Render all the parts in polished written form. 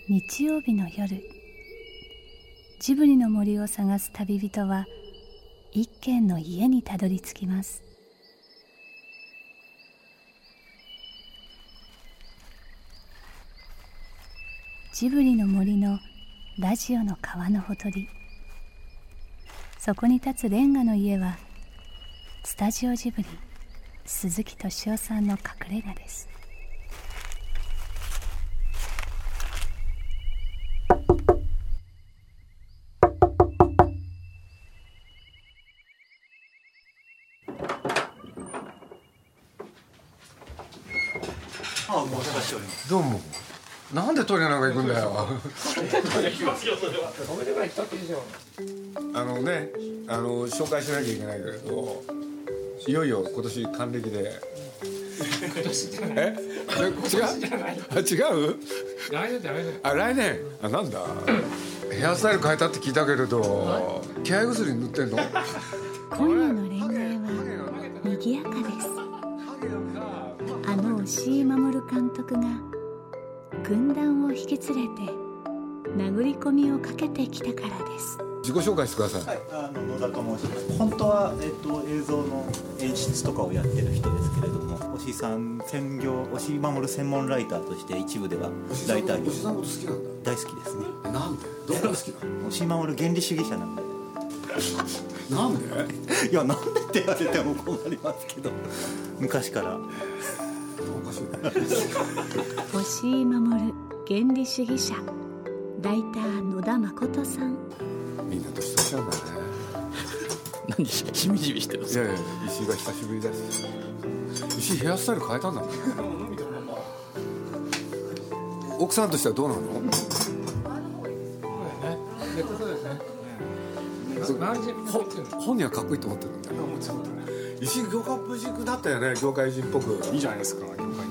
日曜日の夜、ジブリの森を探す旅人は一軒の家にたどり着きます。ジブリの森のラジオの川のほとり、そこに立つレンガの家はスタジオジブリ鈴木敏夫さんの隠れ家です。 どうも。なんでトイレなんか行くんだよ。紹介しなきゃいけないけれど、いよいよ今年還暦で。 今年じゃない。 違う？来年。なんだ。ヘアスタイル変えたって聞いたけれど、気配薬塗ってんの？ 今夜の恋愛は賑やかです。押井守監督が軍団を引き連れて殴り込みをかけてきたからです。 自己紹介してください。 はい、野田と申します。本当は、映像の演出とかをやってる人ですけれども、押井さん押井守専門ライターとして一部ではライター業。 押井さんのこと好きなんだ。 大好きですね。 なんで？どこが好きなの？ 押井守原理主義者なんで。 なんで？ いや、なんでって言われても困りますけど、昔から。 押井守原理主義者、ライター野田誠さん。 みんな年取っちゃうんだね。 何しみじみしてるんですか？ いやいや、石井が久しぶりだし。石井ヘアスタイル変えたんだね。奥さんとしてはどうなの？本人はかっこいいと思ってるんだよ。石井業界人だったよね。業界人っぽくいいじゃないですか。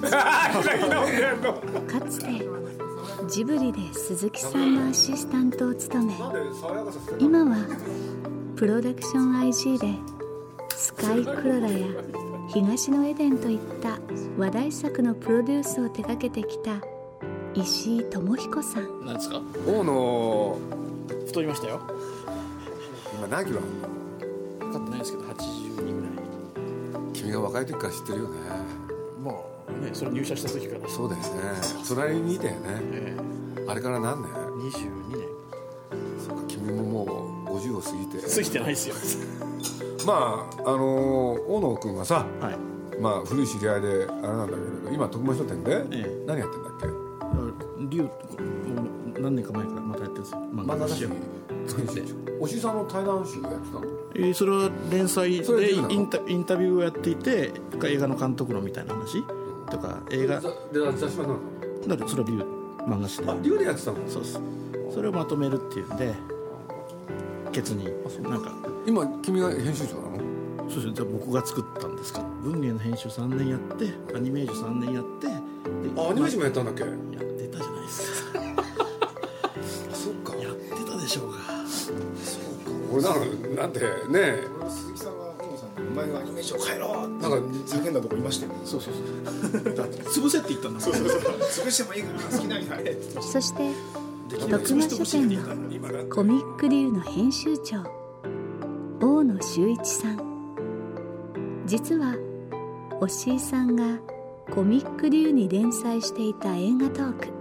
かつてジブリで鈴木さんのアシスタントを務め、今はプロダクション IG でスカイクロラや東のエデンといった話題作のプロデュースを手掛けてきた石井智彦さん。 何ですか？ 大野太りましたよ。 今何キロ？ 分かってないですけど82ぐらい。 君が若い時から知ってるよね。 まあね、それ入社した時から。 そうだよね。隣にいたよね。あれから何年 ？22年。 そうか、君ももう50を過ぎてないですよ。 まあ大野君はさ、 はい、 まあ古い知り合いであれなんだけれど、今徳間書店で何やってんだっけ？ 龍何年か前からまたやってるんですよ。 漫画雑誌押井さんの対談集やってたの？ それは連載でインタビューをやっていて、映画の監督のみたいな話とか、映画で雑誌は何なの？ それは龍漫画誌で。 龍でやってたの？ そうです。それをまとめるっていうんで、ケツになんか。 今君が編集長なの？ そうです。じゃあ僕が作ったんですから。文芸の編集3年やって、アニメージュ3年やって、 アニメージュもやったんだっけ？ やってたじゃないですか。 そっか。 やってたでしょうが。 俺なんてね。 鈴木さんが大野さんにお前がアニメーション変えろなんか叫んだとこいましたよ。 そう潰せって言ったんだ。 潰してもいいから好きなに入れ。 そして徳間書店のコミック流の編集長大野修一さん。実は押井さんがコミック流に連載していた映画トーク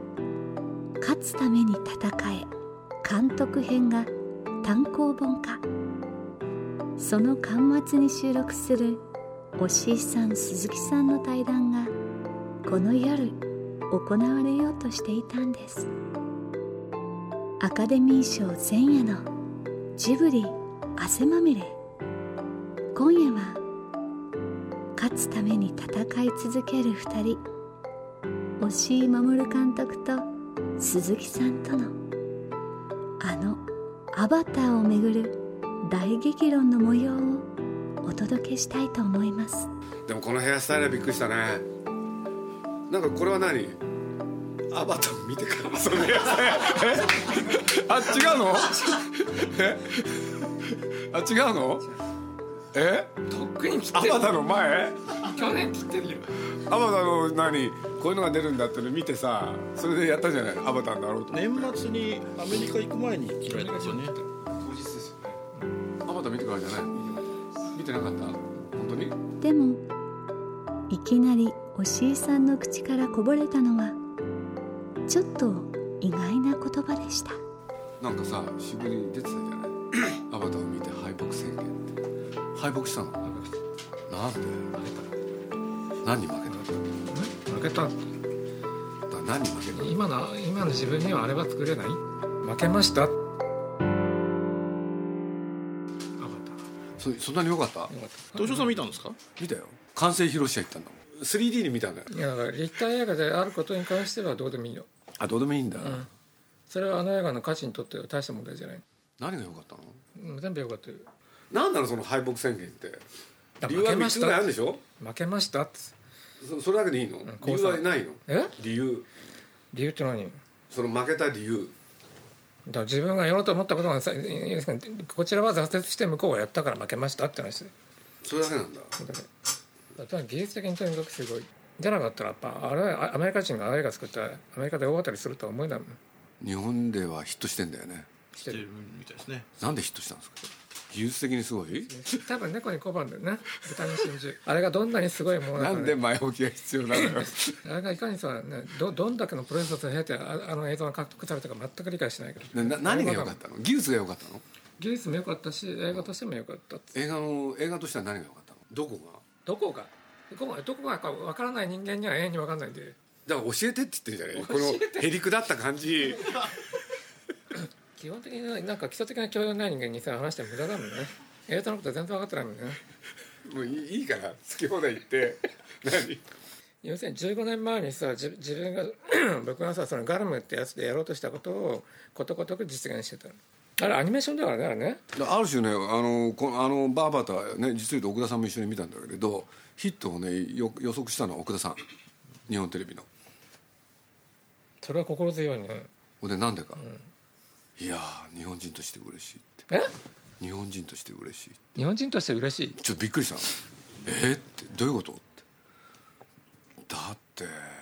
「勝つために戦え」監督編が単行本化。その巻末に収録する押井さん鈴木さんの対談がこの夜行われようとしていたんです。アカデミー賞前夜のジブリ汗まみれ。今夜は勝つために戦い続ける2人、押井守監督と鈴木さんとのアバターをめぐる大激論の模様をお届けしたいと思います。 でもこのヘアスタイルはびっくりしたね。なんかこれは何？アバター見てからそのヘアスタイル違うの？違うの？ とっくに切ってる。 アバターの前去年切ってるよ。 アバターの何こういうのが出るんだっての見てさ、それでやったじゃない、アバターだろうと。 年末にアメリカ行く前に切られたんですよね。 当日ですよね。 アバター見てからじゃない、見てなかった本当に。 でもいきなり押井さんの口からこぼれたのはちょっと意外な言葉でした。 なんかさ、渋谷に出てたじゃないアバターを見て敗北宣言って敗北したの。なんで何に負けた負けた。 だから何に負けた。 今の自分にはあれは作れない。負けました。アバターそんなに良かった。 東証さん見たんですか。 見たよ、完成披露試合行ったんだもん。 3D に見たんだよ。 いやだから立体映画であることに関してはどうでもいいよ。 あ、どうでもいいんだ、 それはあの映画の価値にとっては大した問題じゃない。 何が良かったの。 全部良かったよ。 何なのその敗北宣言って。理由は3 負けましたつぐらいあるんでしょ。 負けましたって。 それだけでいいの、理由はないの。理由って何。 その負けた理由。 だから自分がやろうと思ったことがこちらは挫折して向こうがやったから負けましたって話で。 それだけなんだ。 だから技術的にとにかくすごい。じゃなかったらやっぱあれはアメリカ人がああいう映画作ったらアメリカで大当たりするとは思えないもん。 日本ではヒットしてんだよね。 してるみたいですね。 なんでヒットしたんですか。技術的にすごい。 多分猫に小判だよね。豚に真珠。あれがどんなにすごいものなんで前置きが必要なのよあれがいかにさ、ね、どんだけのプロセスを経てあの映像が獲得されたか全く理解しないけど。 何が良かったの。技術が良かったの。 技術も良かったし映画としても良かった。 映画としては何が良かったの。どこが分からない人間には永遠に分からないんで。だから教えてって言ってるじゃない。このへりくだった感じ基本的になんか基礎的な教養ない人間にさ話しても無駄だもんね。映像のこと全然分かってないもんね。 もういいから好き放題言って何。 要するに15年前にさ自分が僕がさそのガルムってやつでやろうとしたことをことごとく実現してた。あれアニメーションだからね。あれねある種ねバーバターね、実を言うと奥田さんも一緒に見たんだけれどヒットをね予測したのは奥田さん、日本テレビの。 それは心強いね。 でなんでか、いや日本人として嬉しいって。日本人として嬉しい。 日本人として嬉しい。 ちょっとびっくりしたの。ってどういうことって。だって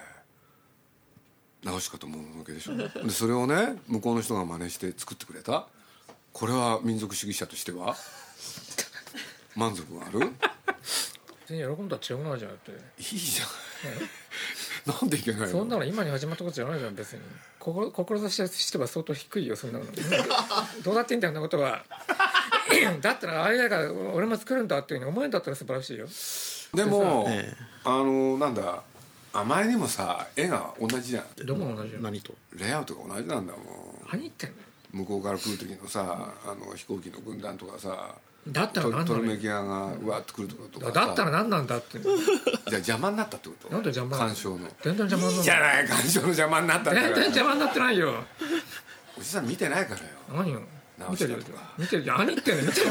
ナウシカともののけでしょでそれをね向こうの人が真似して作ってくれた。これは民族主義者としては満足がある。 全然喜んだら違うなじゃんって。 いいじゃんなんでいけないの。 そんなの今に始まったことじゃないじゃん別に。志としては相当低いよそんなのどうだっていいんだよそんなことはだったらああいう映画俺も作るんだっていうふうに思えんだったら素晴らしいよ。 でも、なんだあまりにもさ絵が同じじゃん。 どこも同じよ。 何とレイアウトが同じなんだもん。 何言ってんの。 向こうから来る時のさ飛行機の軍団とかさだったら何なの。 トルメキアがうわっと来るとかだったら何なんだってじゃあ邪魔になったってこと。 なんで邪魔なの。 鑑賞の全然邪魔になる。 いいじゃない鑑賞の邪魔になったんだから。 全然邪魔になってないよ。 おじさん見てないからよ。 何よ見てるよ。 見てるよ。何言ってんの見てる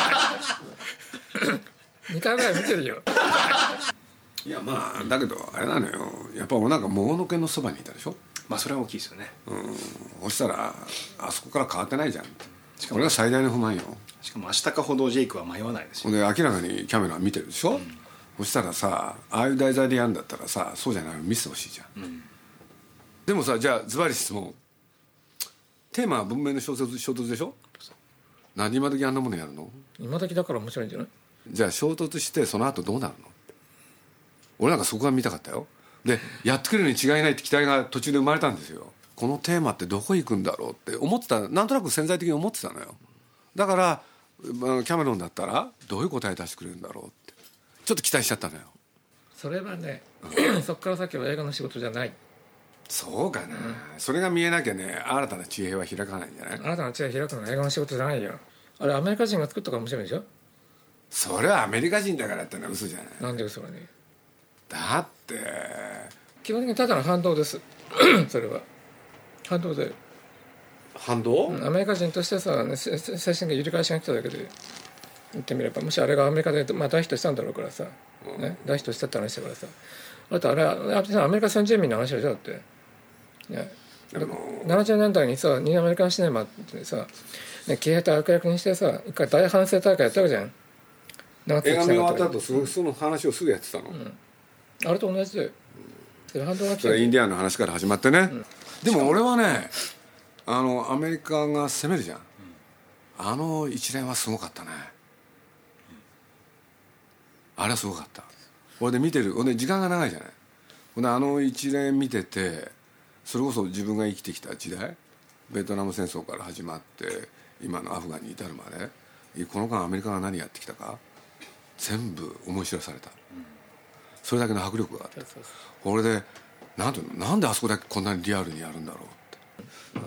2回ぐらい見てるよ。 いやまあだけどあれなのよやっぱ俺なんかもののけのそばにいたでしょ。 まあそれは大きいですよね。 そしたらあそこから変わってないじゃん。これが最大の不満よ。 しかも明日かほどジェイクは迷わないですよ。 で明らかにキャメラ見てるでしょ、そしたらさああいう題材でやるんだったらさそうじゃないの見せてほしいじゃん、でもさじゃあズバリ質問。テーマは文明の衝突でしょ。何今時あんなものやるの。 今時だから面白いんじゃない。 じゃあ衝突してその後どうなるの。俺なんかそこが見たかったよ。でやってくれるに違いないって期待が途中で生まれたんですよ。このテーマってどこ行くんだろうって思ってた。なんとなく潜在的に思ってたのよ。だからキャメロンだったらどういう答え出してくれるんだろうってちょっと期待しちゃったのよ。 それはねそっから先は映画の仕事じゃない。 そうかな、それが見えなきゃね新たな地平は開かないんじゃない。 新たな地平開くのは映画の仕事じゃないよ。あれアメリカ人が作ったから面白いでしょ。 それはアメリカ人だからってのは嘘じゃない。 なんで嘘がね。 だって基本的にただの反動ですそれは反動で。 反動、 アメリカ人としてさ精神的揺り返しが来ただけで言ってみれば、もしあれがアメリカで、大ヒットしたんだろうからさ、大ヒットしたって話だからさ。あとあれはアメリカ先住民の話でしょだって、ね、70年代にさニューアメリカンシネマってさ、ね、消えた悪役にしてさ一回大反省大会やったわけじゃん。 長く映画見終わったら後その話をすぐやってたの、 あれと同じで、ハンドガキそれはインディアンの話から始まってね、でも俺はねアメリカが攻めるじゃん、あの一連はすごかったね、あれはすごかった。俺で見てる、俺時間が長いじゃない。俺あの一連見てて、それこそ自分が生きてきた時代、ベトナム戦争から始まって今のアフガンに至るまで、この間アメリカが何やってきたか全部思い知らされた、それだけの迫力があった。俺でなんであそこだけこんなにリアルにやるんだろうって、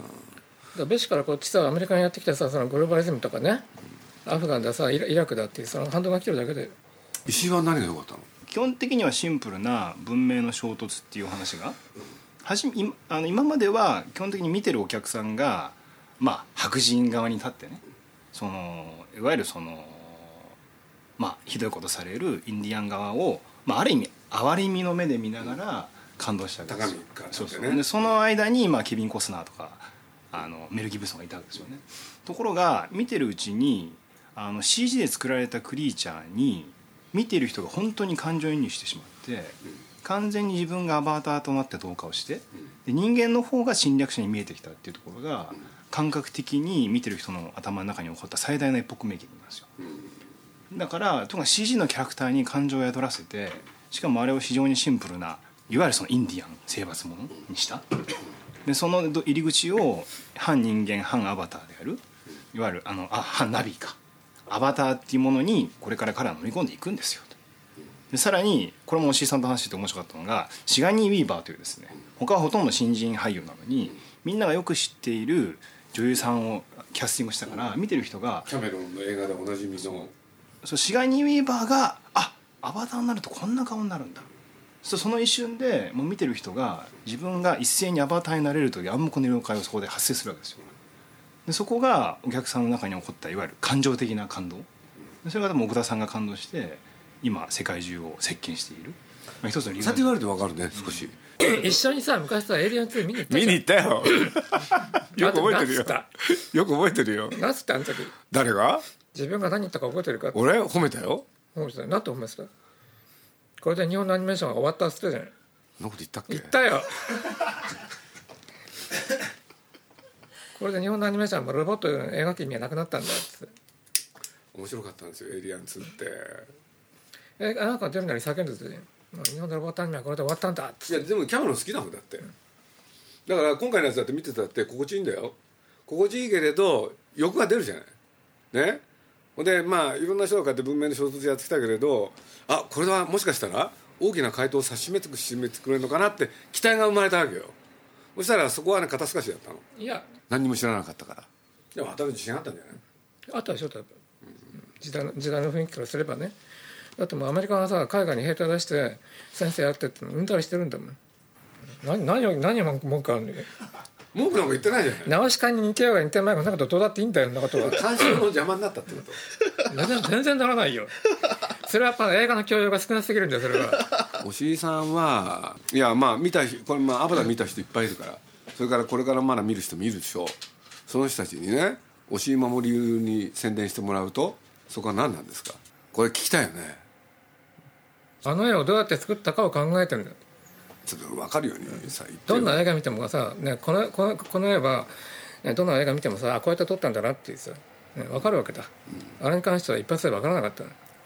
ベシからこっちさ、アメリカにやってきたさ、そのグローバリズムとかね、アフガンださ、イラクだっていうその反動が来てるだけで。 石井は何が良かったの？ 基本的にはシンプルな文明の衝突っていう話が今までは基本的に見てるお客さんが、白人側に立ってね、いわゆるひどいことされるインディアン側を、ある意味哀れみの目で見ながら感動したわけですよ。でその間に、ケビン・コスナーとかメル・ギブソンがいたわけですよね。ところが見てるうちにCG で作られたクリーチャーに見ている人が本当に感情移入してしまって、完全に自分がアバターとなって同化をして、で人間の方が侵略者に見えてきたっていうところが感覚的に見てる人の頭の中に起こった最大のエポックメイキングなんですよ。だからとにかく CG のキャラクターに感情を宿らせて、しかもあれを非常にシンプルないわゆるインディアン征伐者にした。でその入り口を反人間反アバターである、いわゆる反ナビかアバターっていうものにこれから彼は乗り込んでいくんですよ。でさらにこれも押井さんと話してて面白かったのが、シガニー・ウィーバーというですね、他はほとんど新人俳優なのにみんながよく知っている女優さんをキャスティングしたから、見てる人がキャメロンの映画でおなじみのシガニー・ウィーバーがアバターになるとこんな顔になるんだ、その一瞬でもう見てる人が自分が一斉にアバターになれるという暗黙の了解をそこで発生するわけですよ。でそこがお客さんの中に起こったいわゆる感情的な感動、それがでも奥田さんが感動して今世界中を席巻している、一つの理由。 さて言われて分かるね、少し。 一緒にさ昔さエイリアン2見に行ったじゃん。 見に行ったよよく覚えてるよ。よく覚えてるよ。 なんつったあの時。 誰が？ 自分が何言ったか覚えてるかって。 俺褒めたよ。 褒めてた。なんて褒めてた？これで日本のアニメーションが終わったっつってたじゃん。 そんなこと言ったっけ？ 言ったよこれで日本のアニメーションもロボットを描く意味はなくなったんだっつって。 面白かったんですよエイリアン2って。 なんか出るなり叫んでたじゃん。日本のロボットアニメはこれで終わったんだっつって。 いやでもキャメロン好きなもんだって、だから今回のやつだって見てたって心地いいんだよ。心地いいけれど欲が出るじゃないね。でいろんな人がこうやって文明の衝突やってきたけれど、これはもしかしたら大きな回答を締めてくれるのかなって期待が生まれたわけよ。そしたらそこはね肩透かしだったの。 いや何にも知らなかったから。でも当たる自信あったんじゃない？ あったでしょ。時代の雰囲気からすればね。だってもうアメリカがさ海外に兵隊出して先生やってってうんだりしてるんだもん。何文句あるのよ。 文句なんか言ってないじゃない。 ナウシカに似てようが似てないかそんなことどうだっていいんだよ。そんなことは関心の邪魔になったってこと全然ならないよ。それはやっぱ映画の教養が少なすぎるんだよそれは。 押井さんはいや見た人これアバター見た人いっぱいいるから、それからこれからまだ見る人もいるでしょう。その人たちにね押井守に宣伝してもらうとそこは何なんですか？これ聞きたいよね。 あの絵をどうやって作ったかを考えてるんだよ。 ちょっと分かるようにさ言ってどんな映画見てもさ、ね、この絵は、ね、どんな映画見てもさこうやって撮ったんだなってさ、ね、分かるわけだ、あれに関しては一発で分からなかった。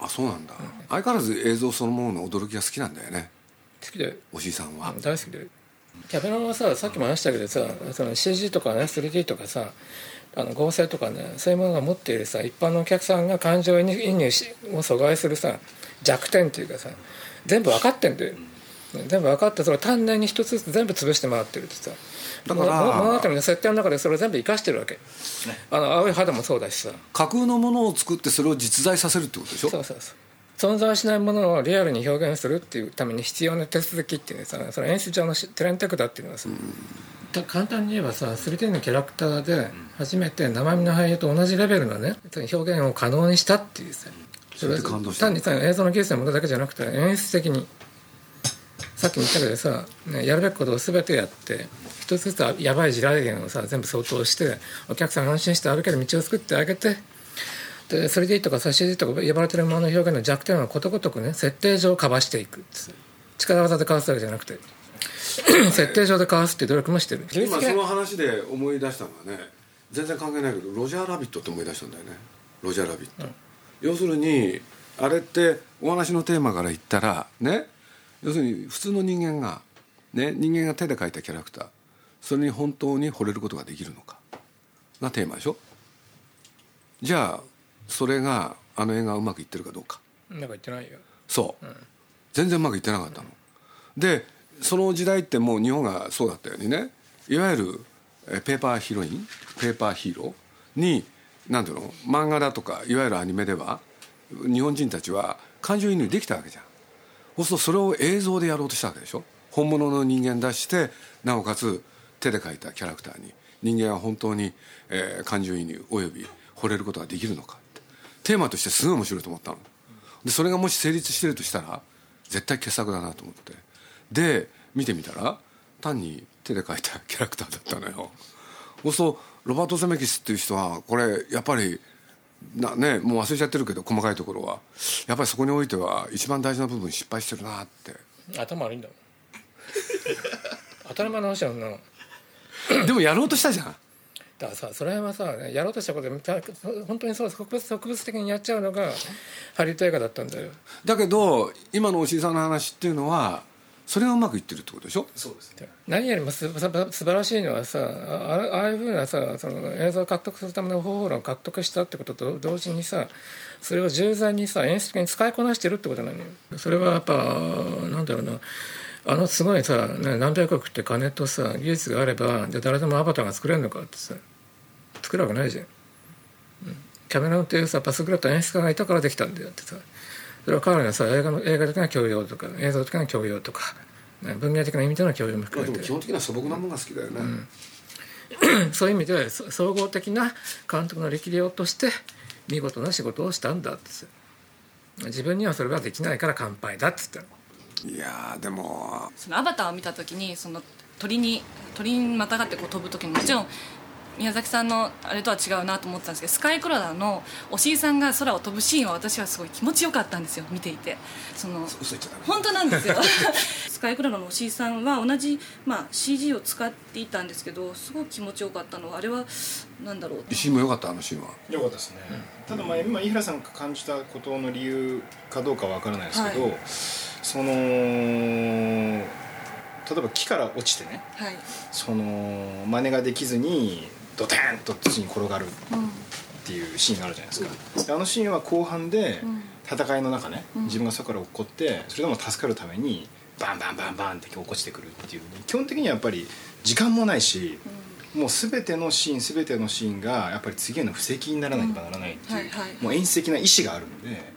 そうなんだ、相変わらず映像そのものの驚きが好きなんだよね。 好きで押井さんは、 大好きで。キャメロンはさっきも話したけどさその CG とかね 3D とかさ合成とかねそういうものが持っているさ一般のお客さんが感情移入を阻害するさ弱点っていうかさ全部分かってんだよ。全部分かってそれを丹念に一つずつ全部潰して回ってるってさ、だから物語の設定の中でそれを全部生かしてるわけ。青い肌もそうだしさ架空のものを作ってそれを実在させるってことでしょ。 そう存在しないものをリアルに表現するっていうために必要な手続きっていうのはさそれ演出上のテレンテクだっていうのはさ、簡単に言えばさ 3D のキャラクターで初めて生身の俳優と同じレベルのね表現を可能にしたっていうさ、 それで感動した。 単にさ映像の技術のものだけじゃなくて演出的にさっきも言ったけどさ、ね、やるべきことを全てやって一つずつやばい地雷原をさ全部相当してお客さんが安心して歩ける道を作ってあげてで 3D とか 3D とか呼ばれてるものの表現の弱点はことごとくね設定上かわしていく、力技でかわすわけじゃなくて設定上でかわすっていう努力もしてる。 今その話で思い出したのはね、全然関係ないけどロジャーラビットって思い出したんだよね。ロジャーラビット、要するにあれってお話のテーマから言ったらね、要するに普通の人間がね、人間が手で描いたキャラクター、それに本当に惚れることができるのかがテーマでしょ。じゃあそれがあの映画うまくいってるかどうか。 なんか言ってないよ。 そう、全然うまくいってなかったの、でその時代ってもう日本がそうだったようにね、いわゆるペーパーヒロイン、ペーパーヒーローになんていうの、漫画だとかいわゆるアニメでは日本人たちは感情移入できたわけじゃん。そうするとそれを映像でやろうとしたわけでしょ。本物の人間出してなおかつ手で描いたキャラクターに人間は本当に、感情移入および惚れることができるのかってテーマとしてすごい面白いと思ったので、それがもし成立してるとしたら絶対傑作だなと思って、で見てみたら単に手で描いたキャラクターだったのよ。そうするとロバート・ゼメキスっていう人はこれやっぱりね、もう忘れちゃってるけど細かいところはやっぱりそこにおいては一番大事な部分失敗してるなって。 頭悪いんだもん当たり前の話やんなでもやろうとしたじゃん。 だからさ、それはさ、やろうとしたことで本当にそう植物的にやっちゃうのがハリウッド映画だったんだよ。 だけど今の押井さんの話っていうのはそれがうまくいってるってことでしょ。 そうですね。 何よりも素晴らしいのはさ、ああいうふうなさ、その映像を獲得するための方法論を獲得したってことと同時にさ、それを従前にさ演出的に使いこなしてるってことなのよ。それはやっぱなんだろうな、すごいさ、ね、何百億って金とさ技術があればじゃあ誰でもアバターが作れるのかってさ、作るわけないじゃん。キャメロンっていうさパスグラッド演出家がいたからできたんだよってさ、それは彼らがさ映画的な教養とか映像的な教養とか、ね、文明的な意味での教養も含めて、 でも基本的な素朴なものが好きだよね、 そういう意味で総合的な監督の力量として見事な仕事をしたんだって、自分にはそれはできないから乾杯だっつったの。 いやでもそのアバターを見た時にその鳥にまたがってこう飛ぶ時にもちろん宮崎さんのあれとは違うなと思ってたんですけど、スカイクラダーの押井さんが空を飛ぶシーンは私はすごい気持ちよかったんですよ、見ていて。その嘘言っちゃダメ。 本当なんですよスカイクラダーの押井さんは同じ、CG を使っていたんですけど、すごい気持ちよかったのはあれはなんだろう、 シーンも良かった。あのシーンは良かったですね、ただ今井原さんが感じたことの理由かどうかは分からないですけど、その例えば木から落ちてね、その真似ができずにドテンと土に転がるっていうシーンがあるじゃないですか、あのシーンは後半で戦いの中ね、自分が空から落っこってそれでも助かるためにバンバンバンバンって落っこちてくるっていう、基本的にはやっぱり時間もないし、もう全てのシーンがやっぱり次への布石にならなければならないっていう、もう演出的な意思があるので、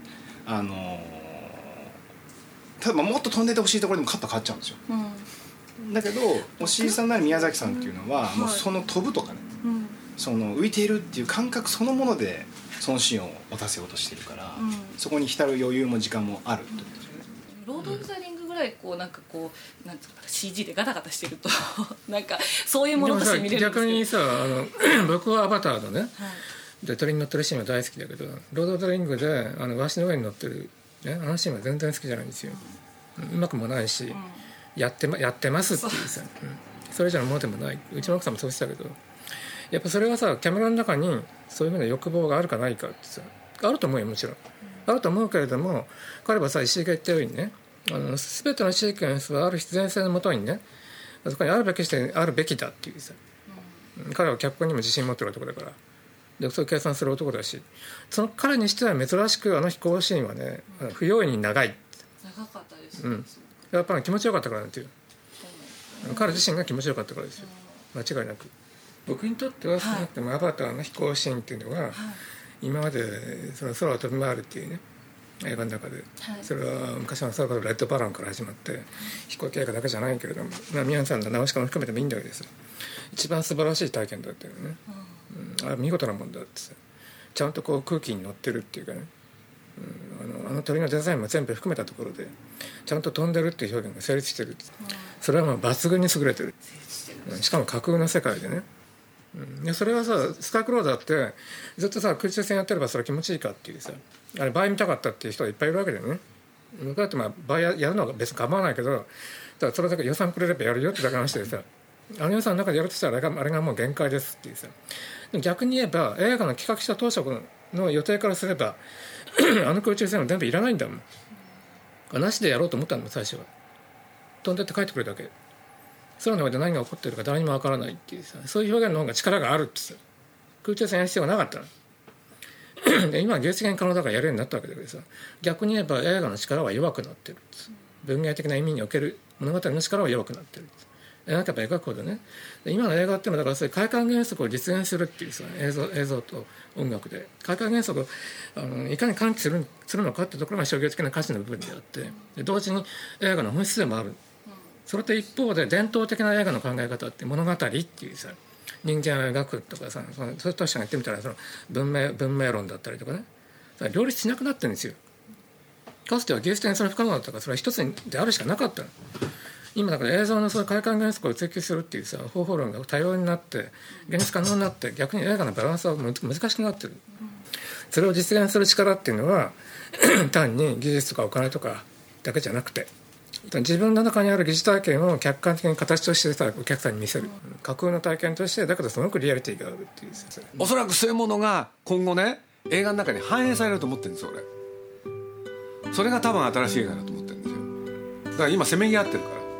ただもっと飛んでてほしいところにもカット変わっちゃうんですよ、だけど押井さんなり宮崎さんっていうのは、もうその飛ぶとかね、その浮いているっていう感覚そのものでそのシーンを持たせようとしてるから、そこに浸る余裕も時間もあるということですよね。 ロード・オブ・ザ・リングぐらいこうなんかこうなんていうか CG でガタガタしてるとなんかそういうものとして見れるんですけど、 逆にさ僕はアバターのね、で鳥に乗ってるシーンは大好きだけど、ロード・オブ・ザ・リングでワシの上に乗ってる、ね、あのシーンは全然好きじゃないんですよ。うまくもないし、やってますっていうさ、それじゃものでもない。うちの奥さんもそうしてたけど、やっぱそれはさキャメラの中にそういうふうな欲望があるかないかってさ、あると思うよ、もちろんあると思うけれども、彼はさ石井が言ったようにね、全てのシーケンスはある必然性のもとにね、そこにあるべきしてあるべきだっていうさ、彼は脚本にも自信持ってる男だから、でそういう計算する男だし、その彼にしては珍しく飛行シーンはね不用意に長い。 長かったです、 やっぱり気持ちよかったからなんていう、彼自身が気持ちよかったからですよ、間違いなく。僕にとっては少なくともアバターの飛行シーンっていうのは、今までその空を飛び回るっていうね映画の中で、それは昔の空からレッドバロンから始まって飛行機映画だけじゃないけれども、宮さんのナウシカも含めてもいいんだけどさ、一番素晴らしい体験だったよね、あれ見事なもんだってさ、ちゃんとこう空気に乗ってるっていうかね、鳥のデザインも全部含めたところでちゃんと飛んでるっていう表現が成立してる、それはもう抜群に優れてる、しかも架空の世界でね、 でそれはさスカイクローザーってずっとさ空中戦やってればそれ気持ちいいかっていうさあれ倍見たかったっていう人がいっぱいいるわけだよね。僕だってまあ倍やるのは別に構わないけどだそれだけ予算くれればやるよってだけ話でさあの予算の中でやるとしたらあれがもう限界ですっていうさ逆に言えば映画の企画した当初の予定からすればあの空中戦は全部いらないんだもん。なしでやろうと思ったんだ最初は。飛んでって帰ってくるだけ空の上で何が起こってるか誰にも分からないっていうさそういう表現の方が力があるってさ空中戦やる必要がなかったので今は芸術的に可能だからやるようになったわけだけどさ逆に言えば映画の力は弱くなってる文芸的な意味における物語の力は弱くなってる描けば描くほどね今の映画っていうのはだからそういう快感原則を実現するっていうさ映像と音楽で快感原則をいかに喚起するのかっていうところが商業的な価値の部分であってで同時に映画の本質でもある。それと一方で伝統的な映画の考え方って物語っていうさ人間を描くとかさそういう人が言ってみたらその文明論だったりとかね両立しなくなってるんですよ。かつては芸術的にそれ不可能だったからそれは一つであるしかなかったの。今だから映像のそういう快感原則を追求するっていうさ方法論が多様になって現実可能になって逆に映画のバランスは難しくなってる。それを実現する力っていうのは単に技術とかお金とかだけじゃなくて自分の中にある疑似体験を客観的に形としてさお客さんに見せる架空の体験としてだけどすごくリアリティがあるっていうおそらくそういうものが今後ね映画の中に反映されると思ってるんですよ俺。それが多分新しい映画だと思ってるんですよ。だから今せめぎ合ってるから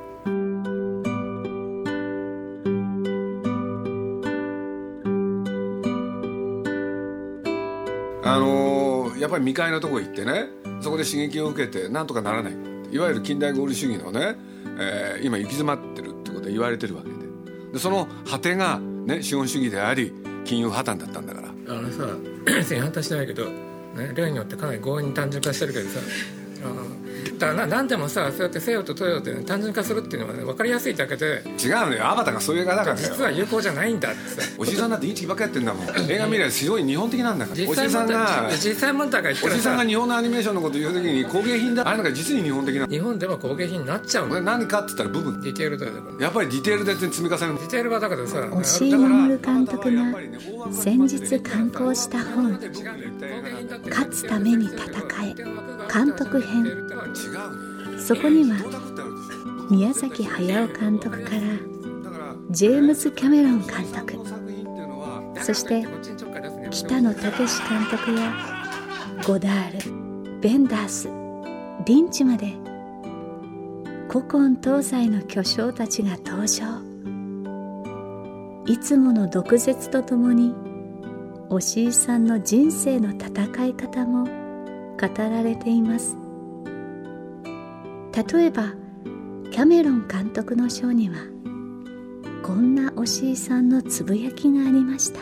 やっぱり未開のとこ行ってねそこで刺激を受けてなんとかならないいわゆる近代合理主義のね、今行き詰まってるってことが言われてるわけでその果てが、ね、資本主義であり金融破綻だったんだから。 さ別に反対してないけど、ね、例によってかなり強引に単純化してるけどさ何でもさそうやって西洋と東洋で、ね、単純化するっていうのは、ね、分かりやすいだけで違うのよ。アバターがそういう映画だから実は有効じゃないんだってさおじさんだってインチキばっかやってんだもん映画見ればすごい日本的なんだからおじさんが日本のアニメーションのこと言う時に工芸品だあれなんか実に日本的な日本では工芸品になっちゃうの。 何かって言ったら部分ディテールだよやっぱりディテールで積み重ねるディテールはだからさ押井守監督が先日刊行した本勝つために戦え監督編そこには宮崎駿監督からジェームズ・キャメロン監督そして北野武監督やゴダール、ベンダース、リンチまで古今東西の巨匠たちが登場。いつもの毒舌とともに押井さんの人生の戦い方も語られています。例えばキャメロン監督の章にはこんな押井さんのつぶやきがありました。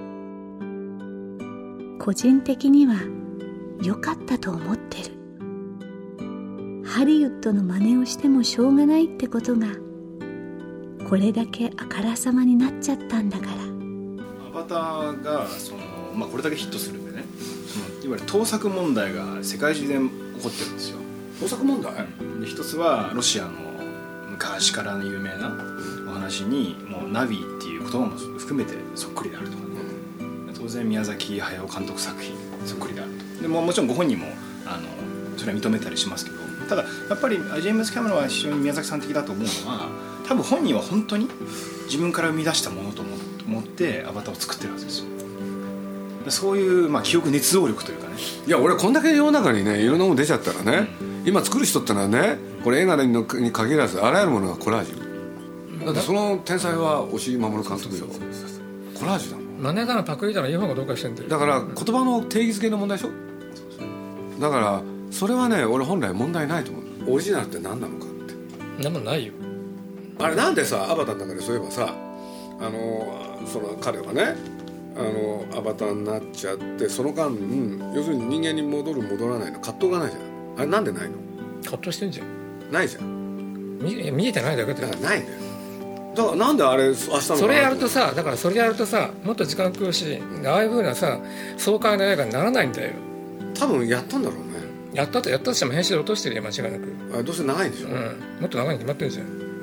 個人的には良かったと思ってる。ハリウッドの真似をしてもしょうがないってことがこれだけあからさまになっちゃったんだから。 アバターがこれだけヒットするんでねいわゆる盗作問題が世界中で起こってるんですよ。 盗作問題で一つはロシアの昔からの有名なお話にもうナビっていう言葉も含めてそっくりであるとかね、当然宮崎駿監督作品そっくりであると。でもちろんご本人もそれは認めたりしますけど、ただやっぱりジェームズ・キャメロンは非常に宮崎さん的だと思うのは多分本人は本当に自分から生み出したものと思ってアバターを作ってるはずですよ。そういう記憶捏造力というかね。 いや俺こんだけ世の中にねいろんなもの出ちゃったらね、今作る人ってのはねこれ映画に限らずあらゆるものがコラージュだってその天才は押井守監督よ。コラージュだもん。 マネーだのパクリだの日本がどうかしてんだよ。 だから言葉の定義づけの問題でしょ。だからそれはね俺本来問題ないと思う。オリジナルって何なのかって何もないよ。 あれなんでさアバターの中でそういえばさその彼はねアバターになっちゃってその間、要するに人間に戻る戻らないの葛藤がないじゃん。あれなんでないの？ 葛藤してんじゃん。 ないじゃん。 見えてないだけで。 だからないんだよ。だからなんであれ明日のそれやるとさもっと時間食うしああいう風なさ爽快な映画にならないんだよ。 多分やったんだろうね。 やったとしても編集で落としてるよ間違いなく。 あれどうせ長いんでしょ。 もっと長いに決まってるじゃん。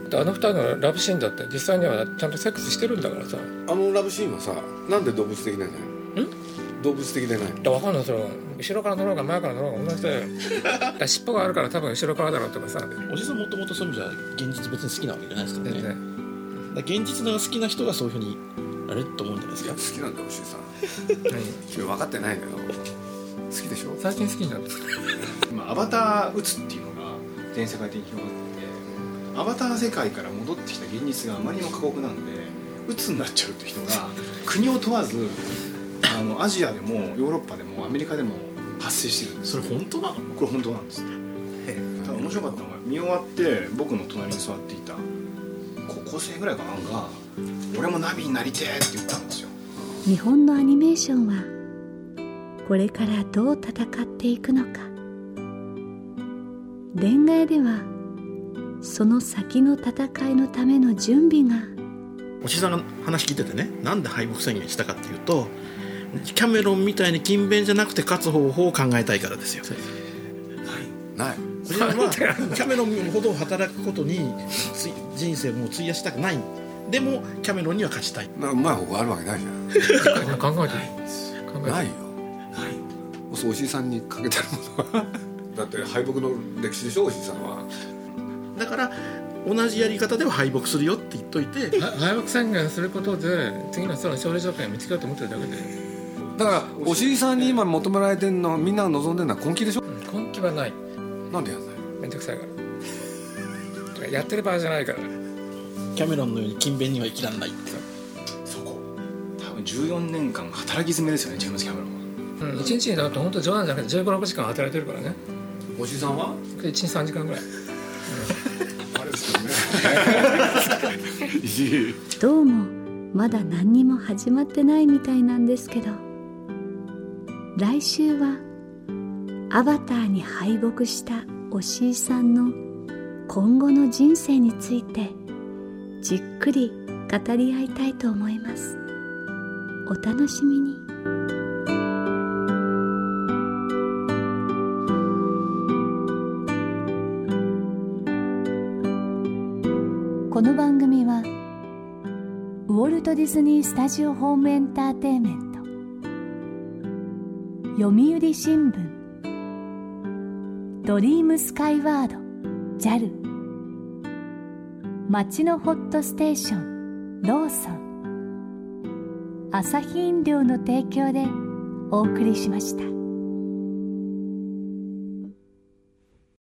ってあの2人のラブシーンだって実際にはちゃんとセックスしてるんだからさ。 あのラブシーンはさ、なんで動物的なんだよ。動物的でない。 分かんない、それは後ろから乗ろうが前から乗ろうが同じで尻尾があるから多分後ろからだろうとかさ。 おじさんもともとそういう意味じゃ現実別に好きなわけじゃないですからね。だから現実が好きな人がそういうふうにあれと思うんじゃないですか。 好きなんだよ、おしいさん。君分かってないのよ。好きでしょ。 最近好きになった。 今アバター打つっていうのが全世界的に広がってて、アバター世界から戻ってきた現実があまりにも過酷なんで鬱になっちゃうって人が国を問わずアジアでもヨーロッパでもアメリカでも発生してるんです。 それ本当なの？ これ本当なんです。ただ面白かったのが、見終わって僕の隣に座っていた高校生ぐらいかなんか、俺もナビになりてーって言ったんですよ。 日本のアニメーションはこれからどう戦っていくのか。恋愛ではその先の戦いのための準備が。 おしさんが話聞いててね、なんで敗北宣言したかっていうと、キャメロンみたいに勤勉じゃなくて勝つ方法を考えたいからですよ。 ない。 おしさんはキャメロンほど働くことに人生も費やしたくない。でもキャメロンには勝ちたい。 うまい方があるわけないじゃん。 考えてないよ。おしいさんにかけてるものはだって敗北の歴史でしょ、おしいさんは。 だから同じやり方では敗北するよって言っといて、 敗北宣言することで次の人の勝利条件を見つけようと思ってるだけで。 だからおしいさんに今求められてるのは、みんなが望んでるのは根気でしょ。 根気はない。 なんでやんない？ めんどくさいからやってる場合じゃないから。 キャメロンのように勤勉には生きらんないって。 そこ多分14年間働き詰めですよね、ジェームズ・キャメロンは。 1日にだと本当冗談じゃなくて15、6時間働いてるからね。 おしいさんは 1日3時間ぐらいあれですよね。 どうもまだ何にも始まってないみたいなんですけど、来週はアバターに敗北したおしいさんの今後の人生についてじっくり語り合いたいと思います。お楽しみに。この番組はウォルト・ディズニー・スタジオ・ホーム・エンターテインメント、読売新聞、ドリームスカイワード JAL、 街のホットステーションローソン、アサヒ飲料の提供でお送りしました。